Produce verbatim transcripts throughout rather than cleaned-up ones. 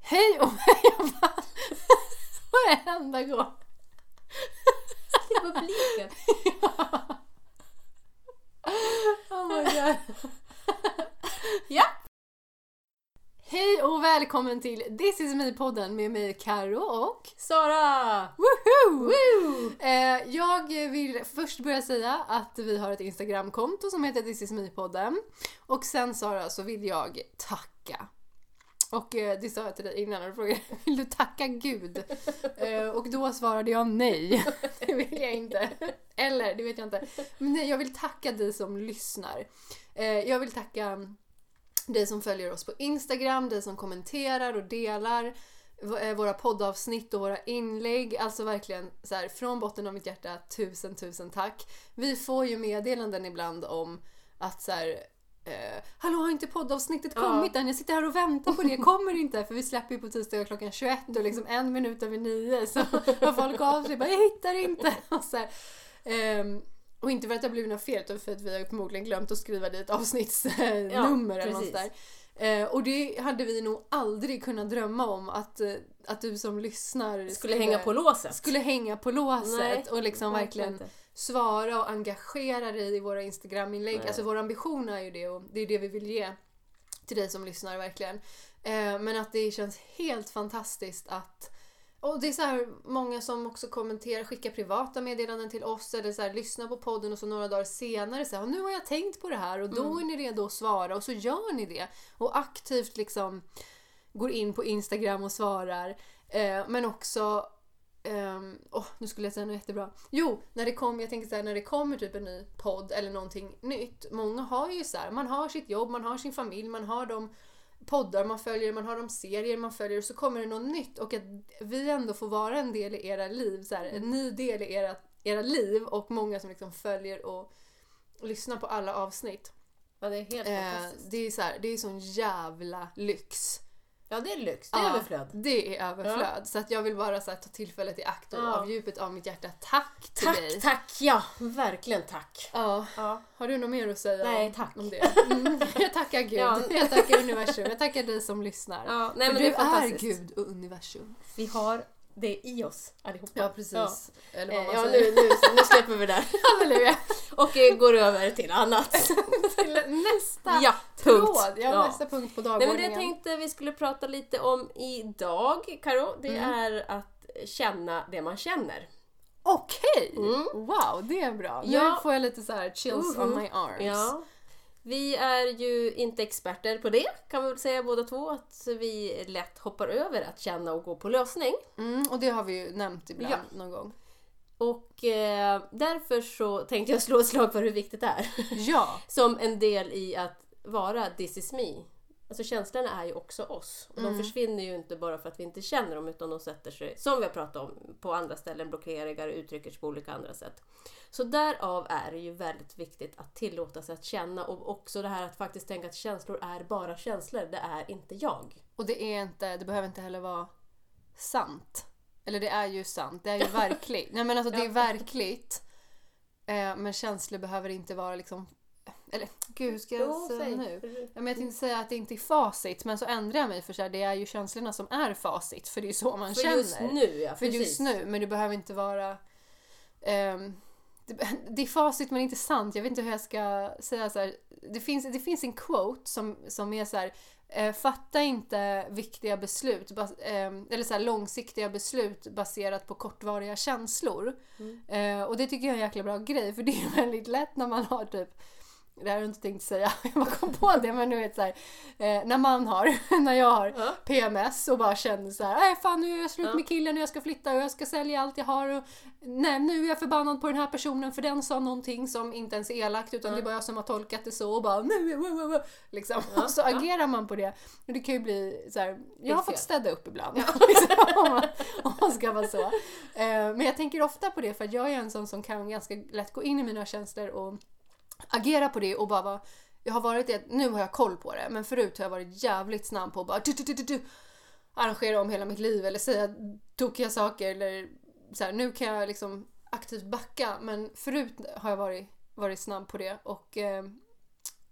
Hej och jag bara, varenda gång. Det är publiken. Ja. Oh my god. Ja. Hej och välkommen till This is me-podden med mig Karo och Sara. Woohoo! Woo! Eh, jag vill först börja säga att vi har ett Instagramkonto som heter This is me-podden. Och sen Sara så vill jag tacka. Och eh, det sa jag till dig innan och frågade, vill du tacka Gud? eh, och då svarade jag nej. Det vill jag inte. Eller, det vet jag inte. Men nej, jag vill tacka dig som lyssnar. Eh, jag vill tacka dig som följer oss på Instagram, dig som kommenterar och delar våra poddavsnitt och våra inlägg. Alltså verkligen så här, från botten av mitt hjärta, tusen tusen tack. Vi får ju meddelanden ibland om att så här, eh, hallå, har inte poddavsnittet kommit än? Jag sitter här och väntar på det, kommer inte? För vi släpper ju på tisdag klockan tjugoett och liksom en minut över nio så har folk av sig bara, jag hittar inte. Och så här, ehm, och inte för att det har blivit något fel utan för att vi har förmodligen glömt att skriva dit avsnittsnummer ja, eller något där. Eh, och det hade vi nog aldrig kunnat drömma om att, att du som lyssnar skulle, skulle hänga på låset. Skulle hänga på låset Nej, och liksom verkligen inte. svara och engagera dig i våra Instagram-inlägg. Nej. Alltså vår ambition är ju det och det är det vi vill ge till dig som lyssnar verkligen. Eh, men att det känns helt fantastiskt att och det är så här många som också kommenterar, skickar privata meddelanden till oss eller så här, lyssnar på podden och så några dagar senare så här, nu har jag tänkt på det här och då mm. är ni redo att svara och så gör ni det och aktivt liksom går in på Instagram och svarar eh, men också Um, oh, nu skulle jag säga något jättebra. Jo, när det kommer, jag tänker så här, när det kommer typ en ny podd eller någonting nytt. Många har ju så här, man har sitt jobb, man har sin familj, man har de poddar man följer, man har de serier man följer och så kommer det något nytt och att vi ändå får vara en del i era liv, så här, en ny del i era, era liv och många som liksom följer och, och lyssnar på alla avsnitt. Ja, det är helt eh, fantastiskt. Det är så här, det är sån jävla lyx. Ja, det är lyx. Det är ja, överflöd. Det är överflöd. Ja. Så att jag vill bara så här, ta tillfället i akt och ja. av djupet av mitt hjärta. Tack till tack, dig. Tack, tack. Ja, verkligen tack. Ja. ja. Har du något mer att säga Nej, om, tack. om det? Mm. Jag tackar Gud. Ja. Jag tackar universum. Jag tackar dig som lyssnar. Ja, nej, men För det du är, fantastiskt. är Gud och universum. Vi har det i oss allihopa. Ja, precis. Ja. Eller vad man ja, säger. nu, nu, nu släpper vi där. Halleluja. Och eh, går över till annat. Till nästa ja, tråd. punkt. Ja, ja, nästa punkt på dagordningen. Nej, men det jag tänkte vi skulle prata lite om idag, Karo, det mm. är att känna det man känner. Okej! Okay. Mm. Wow, det är bra. Ja. Nu får jag lite så här chills uh-huh. on my arms. Ja. Vi är ju inte experter på det, kan vi väl säga båda två, att vi lätt hoppar över att känna och gå på lösning. Mm, och det har vi ju nämnt ibland ja. någon gång. Och eh, därför så tänkte jag slå ett slag för hur viktigt det är. Ja. Som en del i att vara this is me. Alltså känslorna är ju också oss. Och mm. de försvinner ju inte bara för att vi inte känner dem, utan de sätter sig, som vi har pratat om, på andra ställen, blockerar, uttrycker sig på olika andra sätt. Så därav är det ju väldigt viktigt att tillåta sig att känna, och också det här att faktiskt tänka att känslor är bara känslor, det är inte jag. Och det är inte, det behöver inte heller vara sant. Eller det är ju sant, det är ju verkligt. Nej men alltså det är verkligt. Eh, men känslor behöver inte vara liksom, eller gud hur ska jag jo, säga säg. nu? Ja, men jag tänkte säga att det inte är facit, men så ändrar jag mig för så här, det är ju känslorna som är facit, för det är så man för känner. Just nu, ja, för just nu, men det behöver inte vara ehm, det, det är facit men inte sant. Jag vet inte hur jag ska säga så här. Det finns, det finns en quote som, som är så här: eh, fatta inte viktiga beslut bas, eh, eller så här långsiktiga beslut baserat på kortvariga känslor. Mm. Eh, och det tycker jag är en jäkla bra grej, för det är väldigt lätt när man har typ, det här har jag inte tänkt säga, jag bara kom på det, men nu vet så här, eh, när man har, när jag har ja. P M S och bara känner så här, nej fan nu är jag slut ja. med killen och jag ska flytta och jag ska sälja allt jag har och nej, nu är jag förbannad på den här personen för den sa någonting som inte ens är elakt utan ja. det är bara jag som har tolkat det så och bara nu, liksom, ja. och så ja. agerar man på det och det kan ju bli så här, jag har fått städa upp ibland ja. liksom, om, man, om man ska vara så. Eh, men jag tänker ofta på det för att jag är en sån som kan ganska lätt gå in i mina känslor och agera på det och bara vara, jag har varit det, nu har jag koll på det, men förut har jag varit jävligt snabb på att bara du, du, du, du, arrangera om hela mitt liv eller säga tokiga saker eller så här, nu kan jag liksom aktivt backa, men förut har jag varit, varit snabb på det och eh,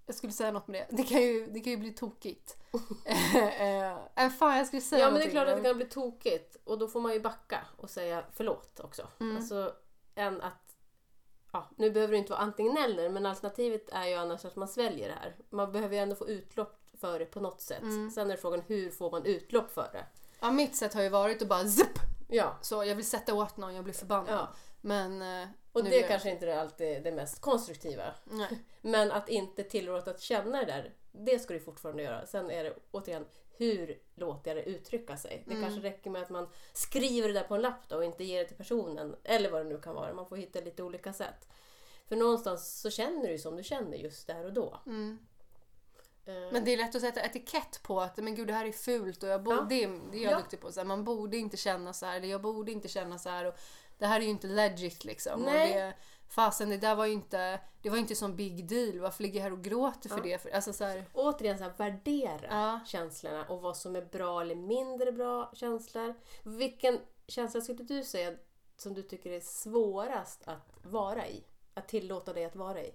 Jag skulle säga något med det. Det kan ju, det kan ju bli tokigt. äh, fan, jag skulle säga Ja, men det är någonting. klart att det kan bli tokigt. Och då får man ju backa och säga förlåt också. Mm. Alltså, än att... Ja, nu behöver det inte vara antingen eller, men alternativet är ju annars att man sväljer det här. Man behöver ju ändå få utlopp för det på något sätt. Mm. Sen är frågan, hur får man utlopp för det? Ja, mitt sätt har ju varit att bara zipp! Ja. Så jag vill sätta åt någon, jag blir förbannad. Ja. Men... eh, Och nu det gör är jag- kanske inte är alltid det mest konstruktiva. Nej. Men att inte tillåta att känna det där, det ska du fortfarande göra. Sen är det återigen, hur låter jag det uttrycka sig? Det Mm. kanske räcker med att man skriver det där på en lapp då och inte ger det till personen. Eller vad det nu kan vara. Man får hitta lite olika sätt. För någonstans så känner du ju som du känner just där och då. Mm. Eh, Men det är lätt att sätta etikett på att men gud, det här är fult och jag borde, Ja. det, det är jag Ja. duktig på. Så här, man borde inte känna så här, eller jag borde inte känna så här. Och det här är ju inte legit liksom. Nej. Och det, fasen, det där var ju inte, det var inte som big deal. Varför ligger jag här och gråter för Ja. det? För, alltså så här, Återigen så här, värdera Ja. känslorna och vad som är bra eller mindre bra känslor. Vilken känsla skulle du säga som du tycker är svårast att vara i? Att tillåta dig att vara i?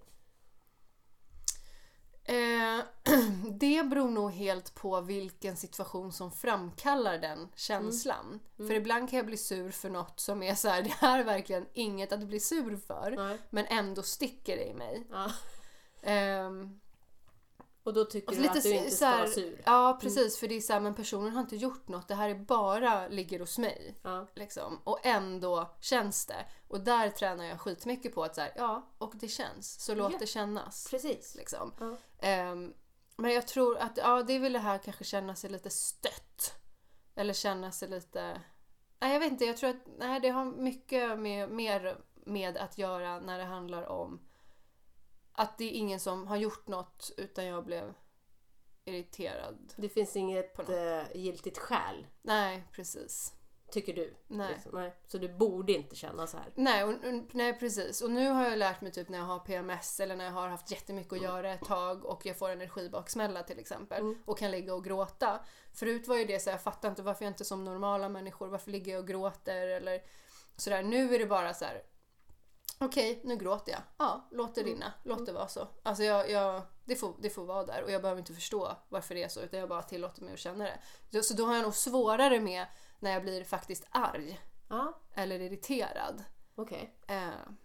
Eh, det beror nog helt på vilken situation som framkallar den känslan. Mm. För ibland kan jag bli sur för något som är så här, det här är verkligen inget att bli sur för. Nej. Men ändå sticker det i mig. Ja. Ehm, Och då tycker och du att du så- inte så ska här- vara sur? Ja, precis. För det är så här, men personen har inte gjort något. Det här är bara ligger hos mig. Ja. Liksom. Och ändå känns det. Och där tränar jag skitmycket på att så här, ja, och det känns. Så låt Ja. det kännas. Precis. Liksom. Ja. Ehm, men jag tror att ja, det är väl det här kanske känna sig lite stött. Eller känna sig lite... Nej, jag vet inte. Jag tror att nej, det har mycket med, mer med att göra när det handlar om att det är ingen som har gjort något utan jag blev irriterad. Det finns inget På något. äh, giltigt skäl, Nej, precis. tycker du. Nej. Liksom. Nej. Så du borde inte känna så här. Nej, och, och- nej, precis. Och nu har jag lärt mig typ när jag har P M S eller när jag har haft jättemycket att göra ett tag och jag får energibaksmälla till exempel Mm. och kan ligga och gråta. Förut var ju det så här, jag fattar inte varför jag inte som normala människor, varför ligger jag och gråter eller sådär. Nu är det bara så här. Okej, nu gråter jag. Ja, låt det rinna. Låt det vara så. Alltså jag, jag, det, får, det får vara där och jag behöver inte förstå varför det är så utan jag bara tillåter mig att känna det. Så då har jag nog svårare med när jag blir faktiskt arg Ja, eller irriterad. okej. Eh,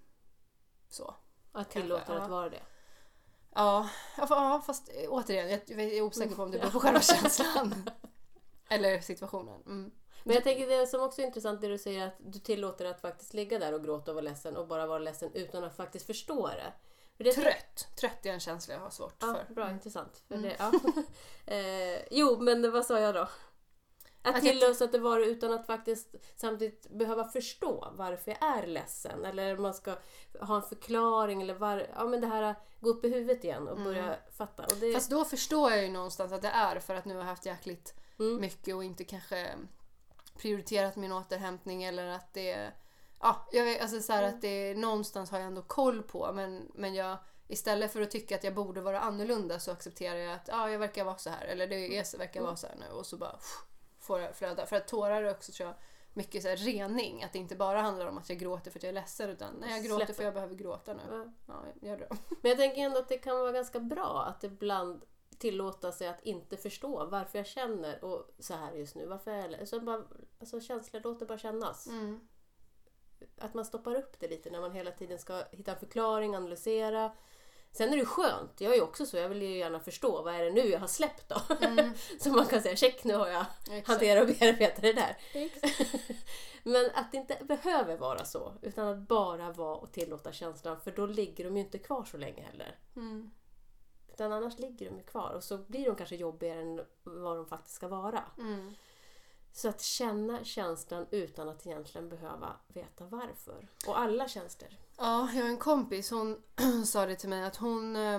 så. Att tillåta Kanske, att ja. vara det. Ja, ja, fa- ja, fast eh, återigen, jag, jag är osäker på om det beror på själva känslan. Eller situationen. Mm. Men jag tänker det som också är intressant det du säger att du tillåter att faktiskt ligga där och gråta och vara ledsen och bara vara ledsen utan att faktiskt förstå det. För det Trött. Trött är en känsla jag har svårt Ja, för. bra, intressant. För Mm. det, ja. eh, jo, men vad sa jag då? Att Att jag- tillåta att det var utan att faktiskt samtidigt behöva förstå varför jag är ledsen. Eller man ska ha en förklaring. Eller var, ja, men det här gå upp i huvudet igen och börja fatta. Och det, Fast då förstår jag ju någonstans att det är för att nu har jag haft jäkligt Mm. mycket och inte kanske prioriterat min återhämtning eller att det ja, jag vet, alltså så här att det någonstans har jag ändå koll på men, men jag istället för att tycka att jag borde vara annorlunda så accepterar jag att ja, jag verkar vara så här eller det är, så- verkar vara så här nu och så bara pff, får jag flöda. För att tårar är också tror jag mycket så här rening, att det inte bara handlar om att jag gråter för att jag är ledsen utan nej, jag gråter Släpper. för jag behöver gråta nu. Ja. Ja, jag gör det. Men jag tänker ändå att det kan vara ganska bra att ibland tillåta sig att inte förstå varför jag känner och så här just nu. Varför är jag så bara, alltså känslor låter bara kännas. Mm. Att man stoppar upp det lite när man hela tiden ska hitta en förklaring, analysera. Sen är det skönt, jag är ju också så, jag vill ju gärna förstå vad är det nu jag har släppt då. Mm. Så man kan säga, check nu har jag Exakt. hanterat och bearbetat det där. Exakt. Men att det inte behöver vara så, utan att bara vara och tillåta känslan, för då ligger de ju inte kvar så länge heller. Mm. Utan annars ligger de ju kvar och så blir de kanske jobbigare än vad de faktiskt ska vara. Mm. Så att känna känslan utan att egentligen behöva veta varför. Och alla känslor. Ja, jag har en kompis, hon sa det till mig att hon eh,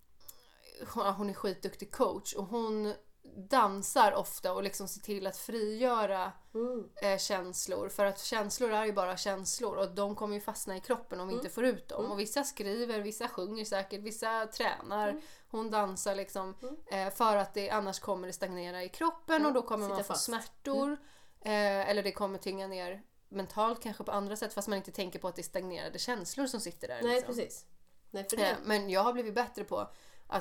hon hon är skitduktig coach och hon dansar ofta och liksom ser till att frigöra Mm. eh, känslor för att känslor är ju bara känslor och de kommer ju fastna i kroppen om vi Mm. inte får ut dem. Mm. Och vissa skriver, vissa sjunger säkert, vissa tränar. Mm. Hon dansar liksom Mm. eh, för att det annars kommer det stagnera i kroppen Mm. och då kommer Sitta man få fast. smärtor eh, eller det kommer tynga ner mentalt kanske på andra sätt fast man inte tänker på att det är stagnerade känslor som sitter där. Nej, liksom. precis. Nej, för Eh, det. Men jag har blivit bättre på att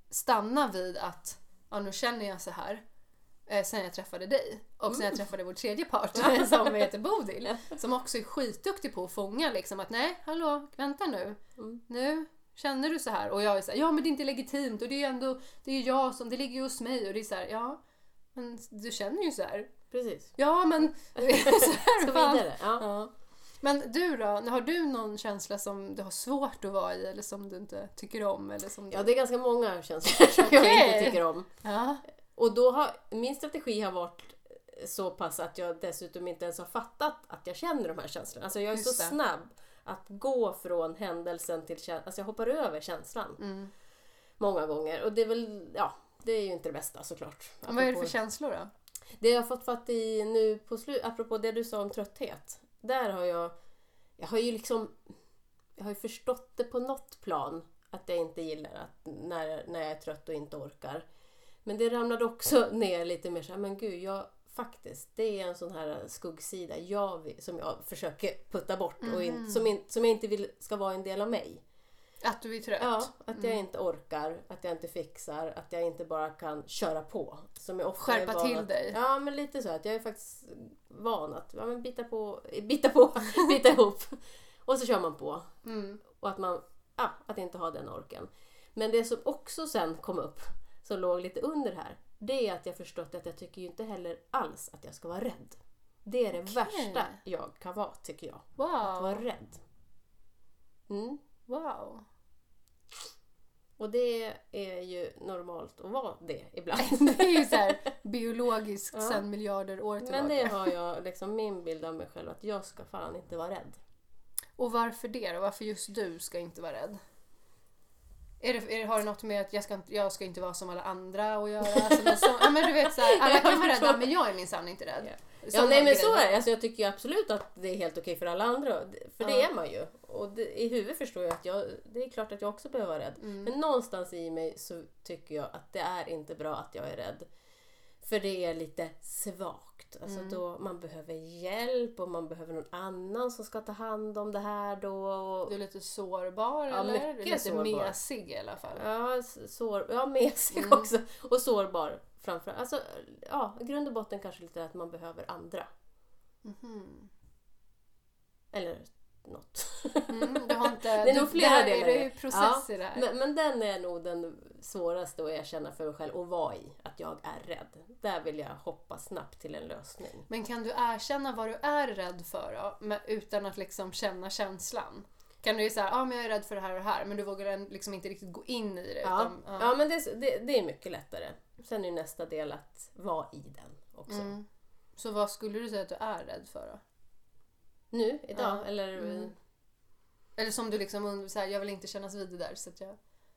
stanna vid att ja, nu känner jag så här eh, sen jag träffade dig och mm. sen jag träffade vår tredje part som heter Bodil, som också är skitduktig på att fånga liksom att nej, hallå, vänta nu mm. nu känner du så här, och jag är så här, ja men det är inte legitimt och det är ju ändå, det är ju jag som, det ligger ju hos mig, och det är så här, ja men du känner ju så här. Precis. Ja men så här, ska vidare. Ja. Ja. Men du då, har du någon känsla som du har svårt att vara i eller som du inte tycker om? Eller som du... Ja, det är ganska många känslor som okay. jag inte tycker om. Ja. Och då har min strategi har varit så pass att jag dessutom inte ens har fattat att jag känner de här känslorna. Alltså jag är Just så det. snabb att gå från händelsen till känslan. Alltså jag hoppar över känslan. Mm. Många gånger. Och det är väl, ja, det är ju inte det bästa såklart. Apropå... Vad är det för känslor då? Det jag har fått fatt i nu på slut, apropå det du sa om trötthet. Där har jag, jag har ju liksom, jag har ju förstått det på något plan att jag inte gillar att när, när jag är trött och inte orkar. Men det ramlade också ner lite mer så här, men gud, jag faktiskt, det är en sån här skuggsida jag vill, som jag försöker putta bort mm. och in, som, in, som jag inte vill ska vara en del av mig. Att du är trött? Ja, att jag mm. inte orkar, att jag inte fixar, att jag inte bara kan köra på. Som jag ofta Skärpa är van till att, dig. Ja, men lite så att jag är faktiskt van att ja, men bita på, bita på, bita ihop. Och så kör man på. Mm. Och att man, ja, att inte ha den orken. Men det som också sen kom upp, som låg lite under här, det är att jag förstått att jag tycker ju inte heller alls att jag ska vara rädd. Det är det okay. värsta jag kan vara, tycker jag. Wow. Att vara rädd. Mm. Wow. Och det är ju normalt att vara det ibland. Det är ju så här biologiskt ja. Sedan miljarder år tillbaka. Men det har jag liksom min bild av mig själv, att jag ska fan inte vara rädd. Och varför det då? Varför just du ska inte vara rädd? Är det, är det, har det något med att jag ska, jag ska inte vara som alla andra och göra? Alltså, som, ja, men du vet så här, alla kan vara rädda, men jag är minsann inte rädd. Yeah. Ja, nej men så är det. Alltså, jag tycker ju absolut att det är helt okej för alla andra. För det uh. är man ju. Och det, i huvudet förstår jag att jag, det är klart att jag också behöver vara rädd. Mm. Men någonstans i mig så tycker jag att det är inte bra att jag är rädd. För det är lite svagt. Alltså mm. då man behöver hjälp och man behöver någon annan som ska ta hand om det här då. Du är lite sårbar ja, eller? Mycket du är lite sårbar. Mesig i alla fall. Ja, sår, ja mesig mm. också. Och sårbar framför. Alltså, ja, i grund och botten kanske lite att man behöver andra. Mm-hmm. Eller något. Mm, du har inte, det är nog flera delar. Det är ju process ja, i det här. Men, men den är nog den svåraste att erkänna för mig själv och vara i. Att jag är rädd. Där vill jag hoppa snabbt till en lösning. Men kan du erkänna vad du är rädd för då? Men utan att liksom känna känslan? Kan du ju säga, ja ah, men jag är rädd för det här och det här. Men du vågar liksom inte riktigt gå in i det. Ja, utan, ja. ja men det, det, det är mycket lättare. Sen är nästa del att vara i den också. Mm. Så vad skulle du säga att du är rädd för då? Nu, idag, ja. eller... Mm. Eller som du liksom så här, jag vill inte kännas vid det där så att jag...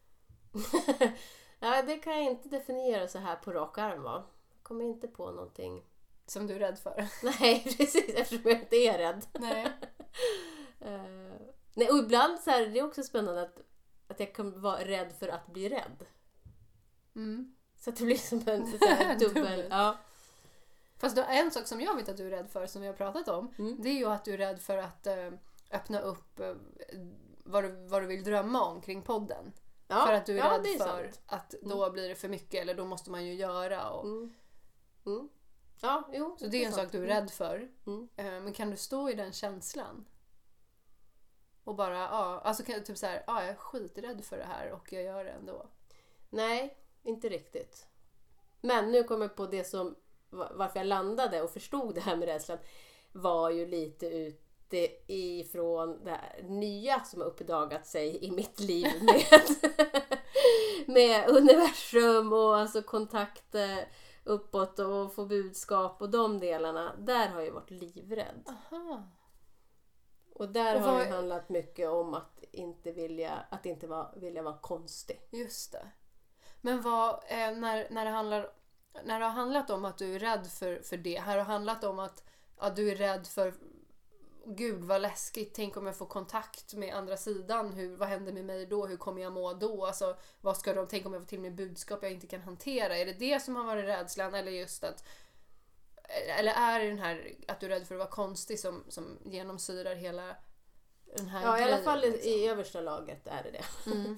Ja, det kan jag inte definiera så här på rak arm, va? Jag kommer inte på någonting. Som du är rädd för? Nej, precis, eftersom jag inte är rädd. Nej. uh, nej, och ibland så här, det är också spännande att, att jag kan vara rädd för att bli rädd. Mm. Så att det blir som en så här, dubbel... ja. Fast då, en sak som jag vet att du är rädd för, som vi har pratat om, mm. det är ju att du är rädd för att äh, öppna upp äh, vad, du, vad du vill drömma om kring podden. Ja, för att du är ja, rädd är för sant. Att då mm. blir det för mycket, eller då måste man ju göra. Och... Mm. Mm. Ja, jo, så det är, det är en sak du är rädd för. Mm. Äh, men kan du stå i den känslan? Och bara, ja, alltså kan du typ så här, ja, jag är skiträdd för det här och jag gör det ändå. Nej, inte riktigt. Men nu kommer jag på det som varför jag landade och förstod det här med rädslan var ju lite ute ifrån det här nya som har uppdagat sig i mitt liv med, med universum och alltså kontakt uppåt och få budskap och de delarna. Där har jag varit livrädd. Aha. Och där och har det handlat mycket om att inte vilja att inte vara, vilja vara konstig. Just det. Men vad, eh, när, när det handlar När det har handlat om att du är rädd för, för det, här har handlat om att, att du är rädd för gud vad läskigt, tänk om jag får kontakt med andra sidan, hur, vad händer med mig då, hur kommer jag må då, alltså, vad ska de, tänk om jag får till mig budskap jag inte kan hantera, är det det som har varit rädslan, eller just att eller är det den här att du är rädd för att vara konstig som, som genomsyrar hela den här ja, grejen, i alla fall liksom? I översta laget är det det. Mm.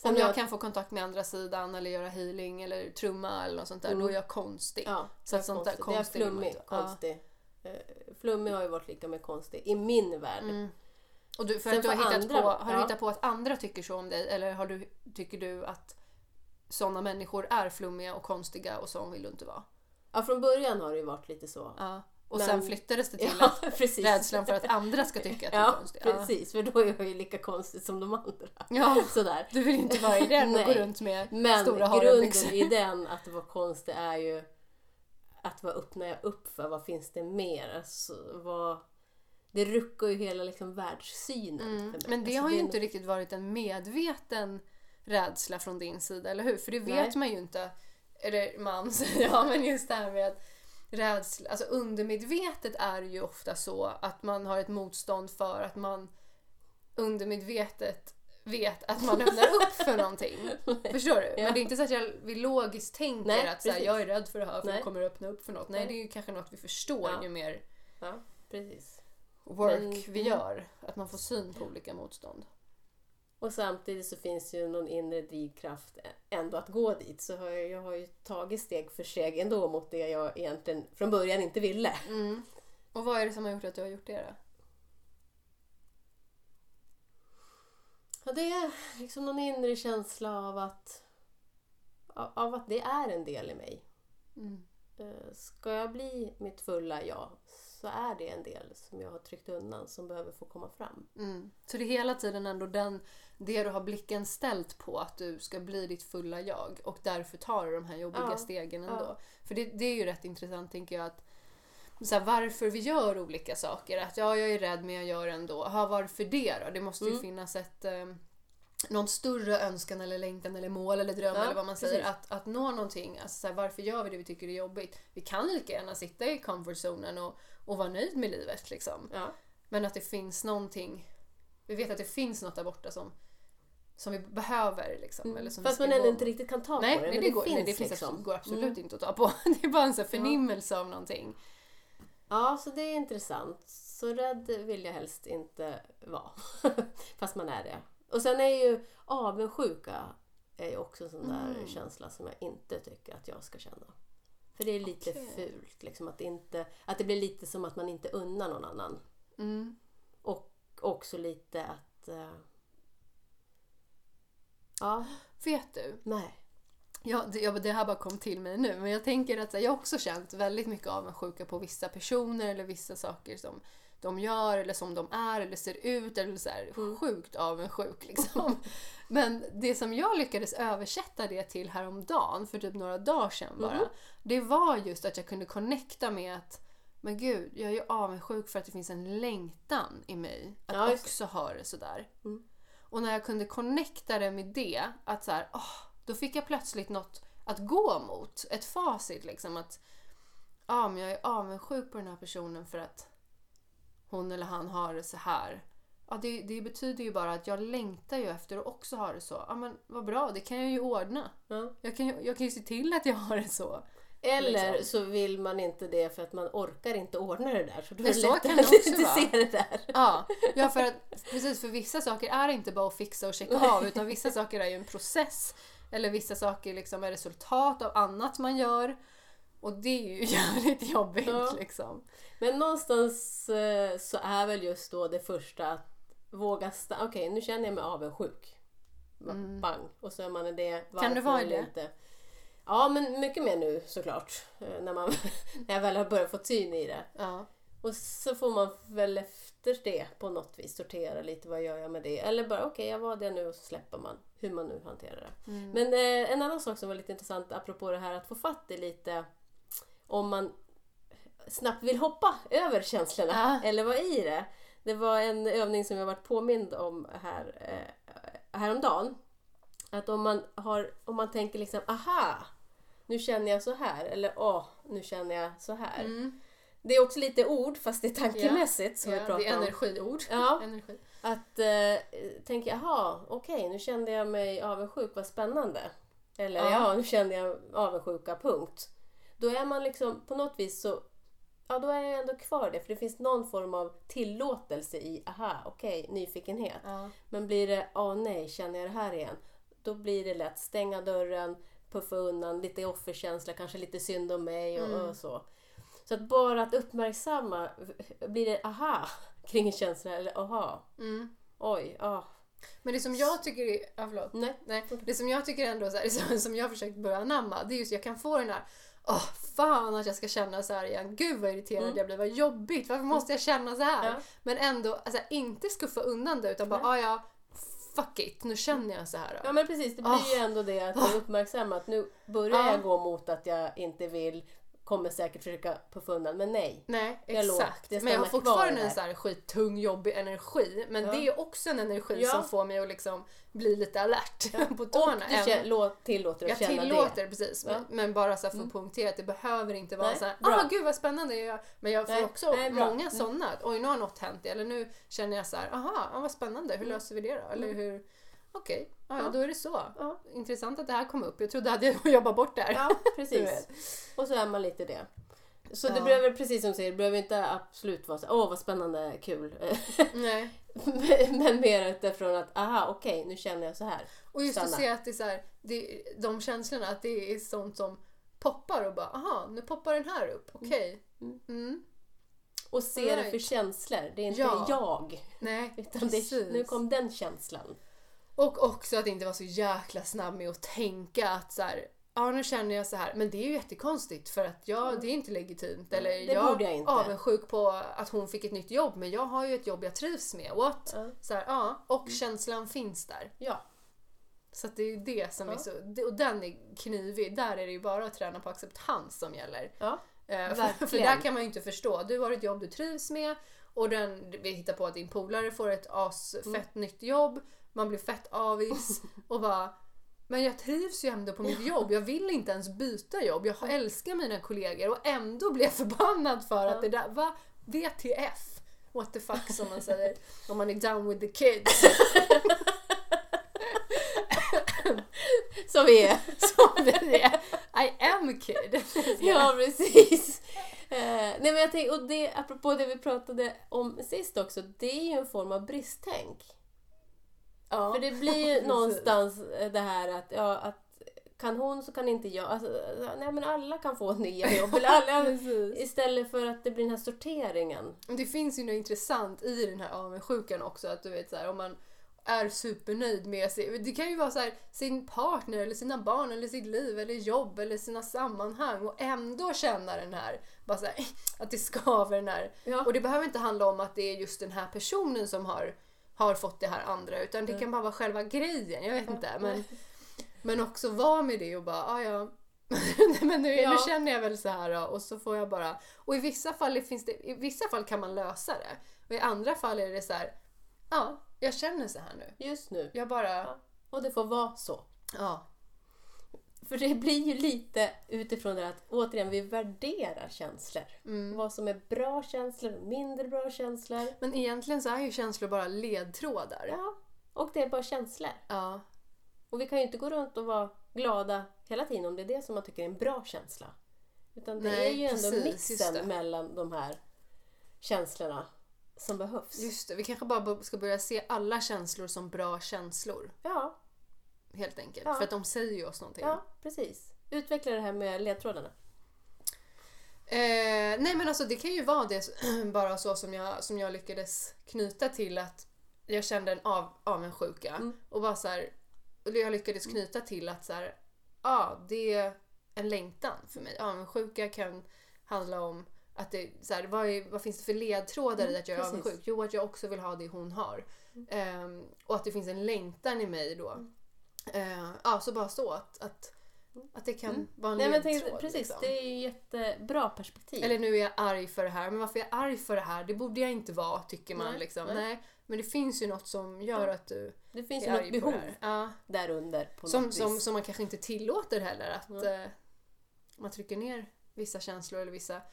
Om jag, jag kan få kontakt med andra sidan eller göra healing eller trumma eller något sånt där, mm. då är jag konstig. Ja, så att sånt där konstig. Jag är flummig, konstig. Ja. Flummig har ju varit lika med konstig i min värld. Mm. Och du, för Sen att du har, hittat, andra, på, har ja. du hittat på att andra tycker så om dig, eller har du, tycker du att sådana människor är flummiga och konstiga och så vill du inte vara? Ja, från början har det ju varit lite så. Ja. Och men, sen flyttades det till ja, att precis. rädslan för att andra ska tycka att ja, du är konstig. Ja, precis. För då är jag ju lika konstig som de andra. Ja, sådär. Du vill inte vara i den och gå runt med men stora harenbyxor. Men grunden i den att vara konstig är ju att vad öppnar jag upp för? Vad finns det mer? Alltså, vad... Det ruckar ju hela liksom, världssynen. Mm. För mig. Men det alltså, har ju det inte en... riktigt varit en medveten rädsla från din sida, eller hur? För det vet Nej. man ju inte. Eller man säger, ja men just det här med att rädsla, alltså undermedvetet är ju ofta så att man har ett motstånd för att man undermedvetet vet att man öppnar upp för någonting. Förstår du? Ja. Men det är inte så att jag, vi logiskt tänker Nej, att så här, jag är rädd för det här för Nej. jag kommer öppna upp för något. Nej, Nej, det är ju kanske något vi förstår ja. ju mer ja, precis. work Men, vi gör. Att man får syn på olika motstånd. Och samtidigt så finns ju någon inre drivkraft ändå att gå dit. Så har jag, jag har ju tagit steg för steg ändå mot det jag egentligen från början inte ville. Mm. Och vad är det som har gjort att du har gjort det då? Ja, det är liksom någon inre känsla av att, av att det är en del i mig. Mm. Ska jag bli mitt fulla jag, så är det en del som jag har tryckt undan som behöver få komma fram. Mm. Så det är hela tiden ändå den, det du har blicken ställt på att du ska bli ditt fulla jag och därför tar du de här jobbiga ja. stegen ändå. Ja. För det, det är ju rätt intressant tänker jag att så här, varför vi gör olika saker. Att ja, jag är rädd men jag gör det ändå. Aha, varför det då? Det måste ju mm. finnas ett eh, någon större önskan eller längtan eller mål eller dröm ja, eller vad man säger att, att nå någonting. Alltså, så här, varför gör vi det vi tycker är jobbigt? Vi kan lika gärna sitta i comfortzonen och, och vara nöjd med livet liksom. Ja. Men att det finns någonting, vi vet att det finns något där borta som som vi behöver liksom. Mm. Eller som Fast man ändå inte riktigt kan ta nej, på det. Nej, men det, det, går, finns, nej, det finns liksom. absolut, går absolut mm. inte att ta på. Det är bara en så här förnimmelse ja. av någonting. Ja, så det är intressant. Så rädd vill jag helst inte vara. Fast man är det. Och sen är ju avundsjuka är ju också en sån där mm. känsla som jag inte tycker att jag ska känna. För det är lite okay. fult. Liksom, att, inte, att det blir lite som att man inte unnar någon annan. Mm. Och också lite att... Uh, ja. Vet du? Nej. Ja, det, ja, det här bara kom till mig nu. Men jag tänker att jag har också känt väldigt mycket avundsjuka på vissa personer eller vissa saker som de gör eller som de är eller ser ut eller så här mm. sjukt avundsjuk liksom. Men det som jag lyckades översätta det till häromdagen för typ några dagar sedan bara, mm. det var just att jag kunde connecta med att men gud, jag är ju avundsjuk för att det finns en längtan i mig att ja, också ha det sådär. Mm. Och när jag kunde connecta det med det, att så här, oh, då fick jag plötsligt något att gå mot, ett facit liksom att ja, ah, men jag är avundsjuk på den här personen för att hon eller han har det så här. Ja, det, det betyder ju bara att jag längtar ju efter att också ha det så. Ja, men vad bra, det kan jag ju ordna. Ja. Jag, kan ju, jag kan ju se till att jag har det så. Eller liksom. Så vill man inte det för att man orkar inte ordna det där. Så då är det så lätt kan det också inte vara. Se det där. Ja, ja, för att precis, för vissa saker är inte bara att fixa och checka av, utan vissa saker är ju en process. Eller vissa saker liksom är resultat av annat man gör. Och det är ju jävligt jobbigt ja. liksom. Men någonstans eh, så är väl just då det första att våga stanna. Okej, okay, nu känner jag mig avundsjuk. Mm. Bang. Och så är man i det. Kan du vara i det? Inte. Ja, men mycket mer nu såklart. När, man, när jag väl har börjat få syn i det. Ja. Och så får man väl efter det på något vis sortera lite. Vad gör jag med det? Eller bara okej, okay, jag var det nu och så släpper man. Hur man nu hanterar det. Mm. Men eh, en annan sak som var lite intressant apropå det här att få fatt i lite om man snabbt vill hoppa över känslorna ja. Eller vara i det. Det var en övning som jag varit påmind om här eh, häromdagen. Att om man har om man tänker liksom aha, nu känner jag så här eller åh, nu känner jag så här. Mm. Det är också lite ord fast det är tankemässigt som ja, vi pratar om. Det är energiord. Ja. Energi. Att eh, tänka aha, okej, okay, nu kände jag mig avundsjuk, vad spännande. Eller ja, ja nu kände jag avundsjuka, punkt. Då är man liksom på något vis så ja, då är jag ändå kvar det. För det finns någon form av tillåtelse i aha, okej, okay, nyfikenhet. Ja. Men blir det, åh nej, känner jag det här igen? då blir det lätt stänga dörren, puffa undan, lite offerkänsla, kanske lite synd om mig och, mm. och så. Så att bara att uppmärksamma, blir det aha kring en känsla eller aha. Mm. Oj, ah. Men det som jag tycker är, ja, förlåt. Nej. Nej, det som jag tycker ändå så här, som, som jag har försökt börja anamma, det är just jag kan få den här, åh oh, fan att jag ska känna så här igen, gud vad irriterad mm. jag blir, vad jobbigt, varför måste jag känna så här? Ja. Men ändå, alltså, inte skuffa undan det utan bara, ja ja, fuck it, nu känner jag så här. Då. Ja men precis, det blir oh. ju ändå det att jag uppmärksammar att nu börjar oh. jag gå mot att jag inte vill, kommer säkert försöka puffa undan, men nej. Nej, exakt. Jag men jag har fortfarande en så här skittung, jobbig energi, men ja. det är också en energi ja. som får mig att liksom bli lite alert ja. på tårna. Och du även, tillåter att jag känna tillåter, det. precis. Ja. Men, men bara så här för att mm. punktera att det behöver inte vara nej, så här, ah gud vad spännande jag gör. Men jag får nej, också nej, många sådana, oj nu har något hänt, eller nu känner jag så här, aha, ah, vad spännande, hur löser vi det då? Eller hur... Okej, okay. ja, ja, då är det så. Ja. Intressant att det här kom upp. Jag trodde att jag hade jobbat bort där. Ja, precis. Och så är man lite det. Så ja. det behöver, precis som du säger, det behöver inte absolut vara så, åh vad spännande, kul. Nej. Men mer utifrån att, aha, okej, okay, nu känner jag så här. Och just Stanna. att se att det är så här, det, de känslorna, att det är sånt som poppar och bara, aha, nu poppar den här upp, okej. Okay. Mm. Mm. Och se right. det för känslor, det är inte ja. jag. Nej, utan det, nu kom den känslan. Och också att inte vara så jäkla snabb med att tänka att så här, ja nu känner jag så här, men det är ju jättekonstigt för att jag, mm. det är inte legitimt. Eller det jag är avundsjuk på att hon fick ett nytt jobb, men jag har ju ett jobb jag trivs med. What? Mm. Så här, ja, och mm. känslan finns där. Ja. Så att det är det som ja. är så, och den är knivig, där är det ju bara att träna på acceptans som gäller. Ja, uh, för, för där kan man ju inte förstå, du har ett jobb du trivs med och den, vi hittar på att din polare får ett asfett mm. nytt jobb. Man blir fett avis och bara, men jag trivs ju ändå på mitt jobb. Jag vill inte ens byta jobb. Jag älskar mina kollegor och ändå blir jag förbannad för att det där, va? V T F. What the fuck som man säger om man är down with the kids. Som vi är. Som vi är. I am a kid. Ja, precis. Uh, nej men jag tänkte, och det, apropå det vi pratade om sist också, det är ju en form av bristtänk. Ja. För det blir ju någonstans det här att, ja, att kan hon så kan inte jag. Alltså, nej men alla kan få nya jobb. Eller alla, istället för att det blir den här sorteringen. Det finns ju något intressant i den här avundsjukan också. Att du vet så här, om man är supernöjd med sig. Det kan ju vara så här, sin partner eller sina barn eller sitt liv eller jobb eller sina sammanhang och ändå känna den här, bara så här, att det skaver den här. Ja. Och det behöver inte handla om att det är just den här personen som har har fått det här andra, utan det mm. kan bara vara själva grejen, jag vet ja. inte, men, men också vara med det och bara, ah, ja, men nu, ja. nu känner jag väl så här då, och så får jag bara, och i vissa fall finns det, i vissa fall kan man lösa det, och i andra fall är det så här, ja, jag känner så här nu. Just nu. Jag bara, ja. Och det får vara så. Ja. För det blir ju lite utifrån det att återigen vi värderar känslor. Mm. Vad som är bra känslor, mindre bra känslor. Men egentligen så är ju känslor bara ledtrådar. Ja, och det är bara känslor. Ja. Och vi kan ju inte gå runt och vara glada hela tiden om det är det som man tycker är en bra känsla. Utan det Nej, är ju ändå precis, mixen mellan de här känslorna som behövs. Just det, vi kanske bara ska börja se alla känslor som bra känslor. Ja. Helt enkelt. Ja. För att de säger ju oss någonting. Ja, precis. Utveckla det här med ledtrådarna. Eh, nej men alltså det kan ju vara det bara så som jag, som jag lyckades knyta till att jag kände en av, avundsjuka. Mm. Och bara så här, och jag lyckades knyta till att så här, ja, ah, det är en längtan för mig. Avundsjuka kan handla om att det, så här, vad, är, vad finns det för ledtrådar mm, i att jag är precis. avundsjuk? Jo, att jag också vill ha det hon har. Mm. Eh, och att det finns en längtan i mig då. Mm. Uh, ja, så bara så att, att, att det kan mm. vara en Nej, ledtråd. Men tänk, precis, liksom. Det är ju jättebra perspektiv. Eller nu är jag arg för det här. Men varför är jag arg för det här? Det borde jag inte vara, tycker man. Nej, liksom. nej. nej Men det finns ju något som gör ja. att du det finns är ju något behov ja. där under. På som, något som, vis. som man kanske inte tillåter heller. Att mm. uh, man trycker ner vissa känslor eller vissa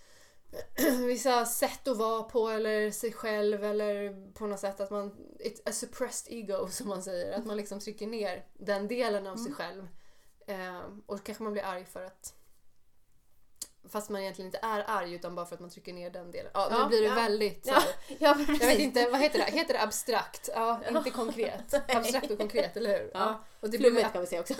vissa sätt att vara på eller sig själv eller på något sätt att man it's a suppressed ego som man säger, att man liksom trycker ner den delen av mm. sig själv eh, och kanske man blir arg för att fast man egentligen inte är arg utan bara för att man trycker ner den delen. Ja, nu Ja, blir det ja. väldigt så Ja, här, ja, jag vet inte, vad heter det? Heter det abstrakt? Ja, inte konkret. Abstrakt och konkret, eller hur? Ja. Och det blir Flummigt kan vi säga också.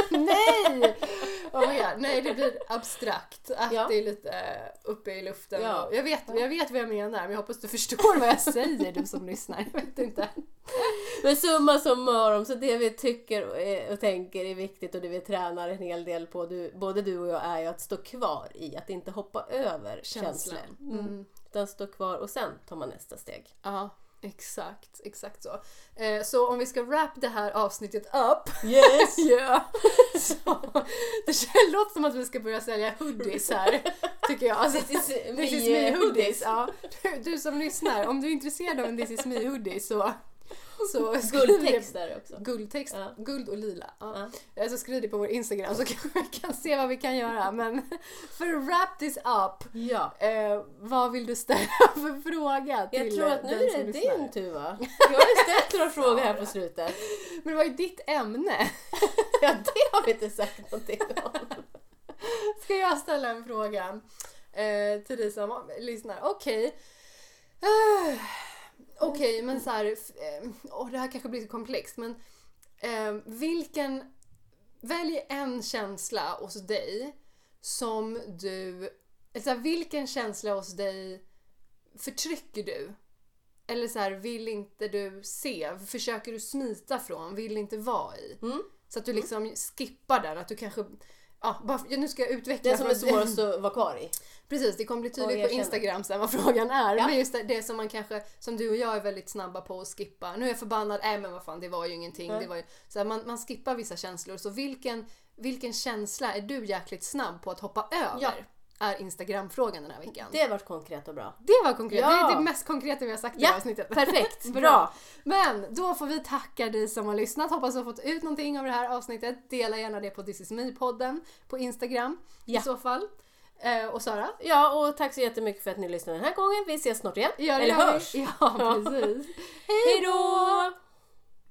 Nej! Oh my God. Nej, det blir abstrakt. Att Ja. det är lite uh, uppe i luften. Ja. Jag, vet, jag vet vad jag menar, men jag hoppas du förstår vad jag säger, du som lyssnar. Jag vet inte. Men summa summarum, så det vi tycker och, och tänker är viktigt och det vi tränar en hel del på, du, både du och jag, är ju att stå kvar i, att inte hoppa över känslor. Mm. Mm. Utan stå kvar och sen tar man nästa steg. Ja, exakt. Exakt så. Eh, så om vi ska wrap det här avsnittet upp. Yes! Ja. Så, det låter som att vi ska börja sälja hoodies här, tycker jag. Alltså, This is me, This is me eh, hoodies. Ja. Du, du som lyssnar, om du är intresserad av en This is me hoodie så, så skriv Guldtext där också. Guldtext, Ja. guld och lila. Ja. Ja. Så skriv det på vår Instagram så kan vi kan se vad vi kan göra. Men för att wrap this up, Ja. eh, vad vill du ställa för fråga till Jag tror att nu den som är det lyssnar? din tur, va? Jag har ju ställt några frågor här på slutet. Men det var ju ditt ämne. Ja, det har vi inte sagt någonting om. Ska jag ställa en fråga eh, till dig som lyssnar? Okej. Okay. Uh, Okej, okay, men så här, eh, oh, det här kanske blir så komplext, men eh, vilken, välj en känsla hos dig som du, alltså här, vilken känsla hos dig förtrycker du? Eller så här, vill inte du se, försöker du smita från, vill inte vara i? Mm. Så att du liksom skippar den, att du kanske, ja, bara, nu ska jag utveckla. Det som är svårast att vara kvar i. Precis, det kommer bli tydligt Oj, på jag Instagram sen vad frågan är. Ja. Men just det, det som man kanske, som du och jag är väldigt snabba på att skippa. Nu är jag förbannad, nej men vad fan, det var ju ingenting. Mm. Det var ju, så här, man, man skippar vissa känslor. Så vilken, vilken känsla är du jäkligt snabb på att hoppa över? Ja. Är Instagram-frågan den här veckan. Det har varit konkret och bra. Det var konkret. Ja. Det är det mest konkreta vi har sagt i Ja, avsnittet. perfekt. Bra. Bra. Men då får vi tacka dig som har lyssnat. Hoppas du har fått ut någonting av det här avsnittet. Dela gärna det på This is me-podden på Instagram Ja. i så fall. Eh, och Sara? Ja, och tack så jättemycket för att ni lyssnade den här gången. Vi ses snart igen. Ja, det Eller gör vi. hörs. Ja, precis. Hej då!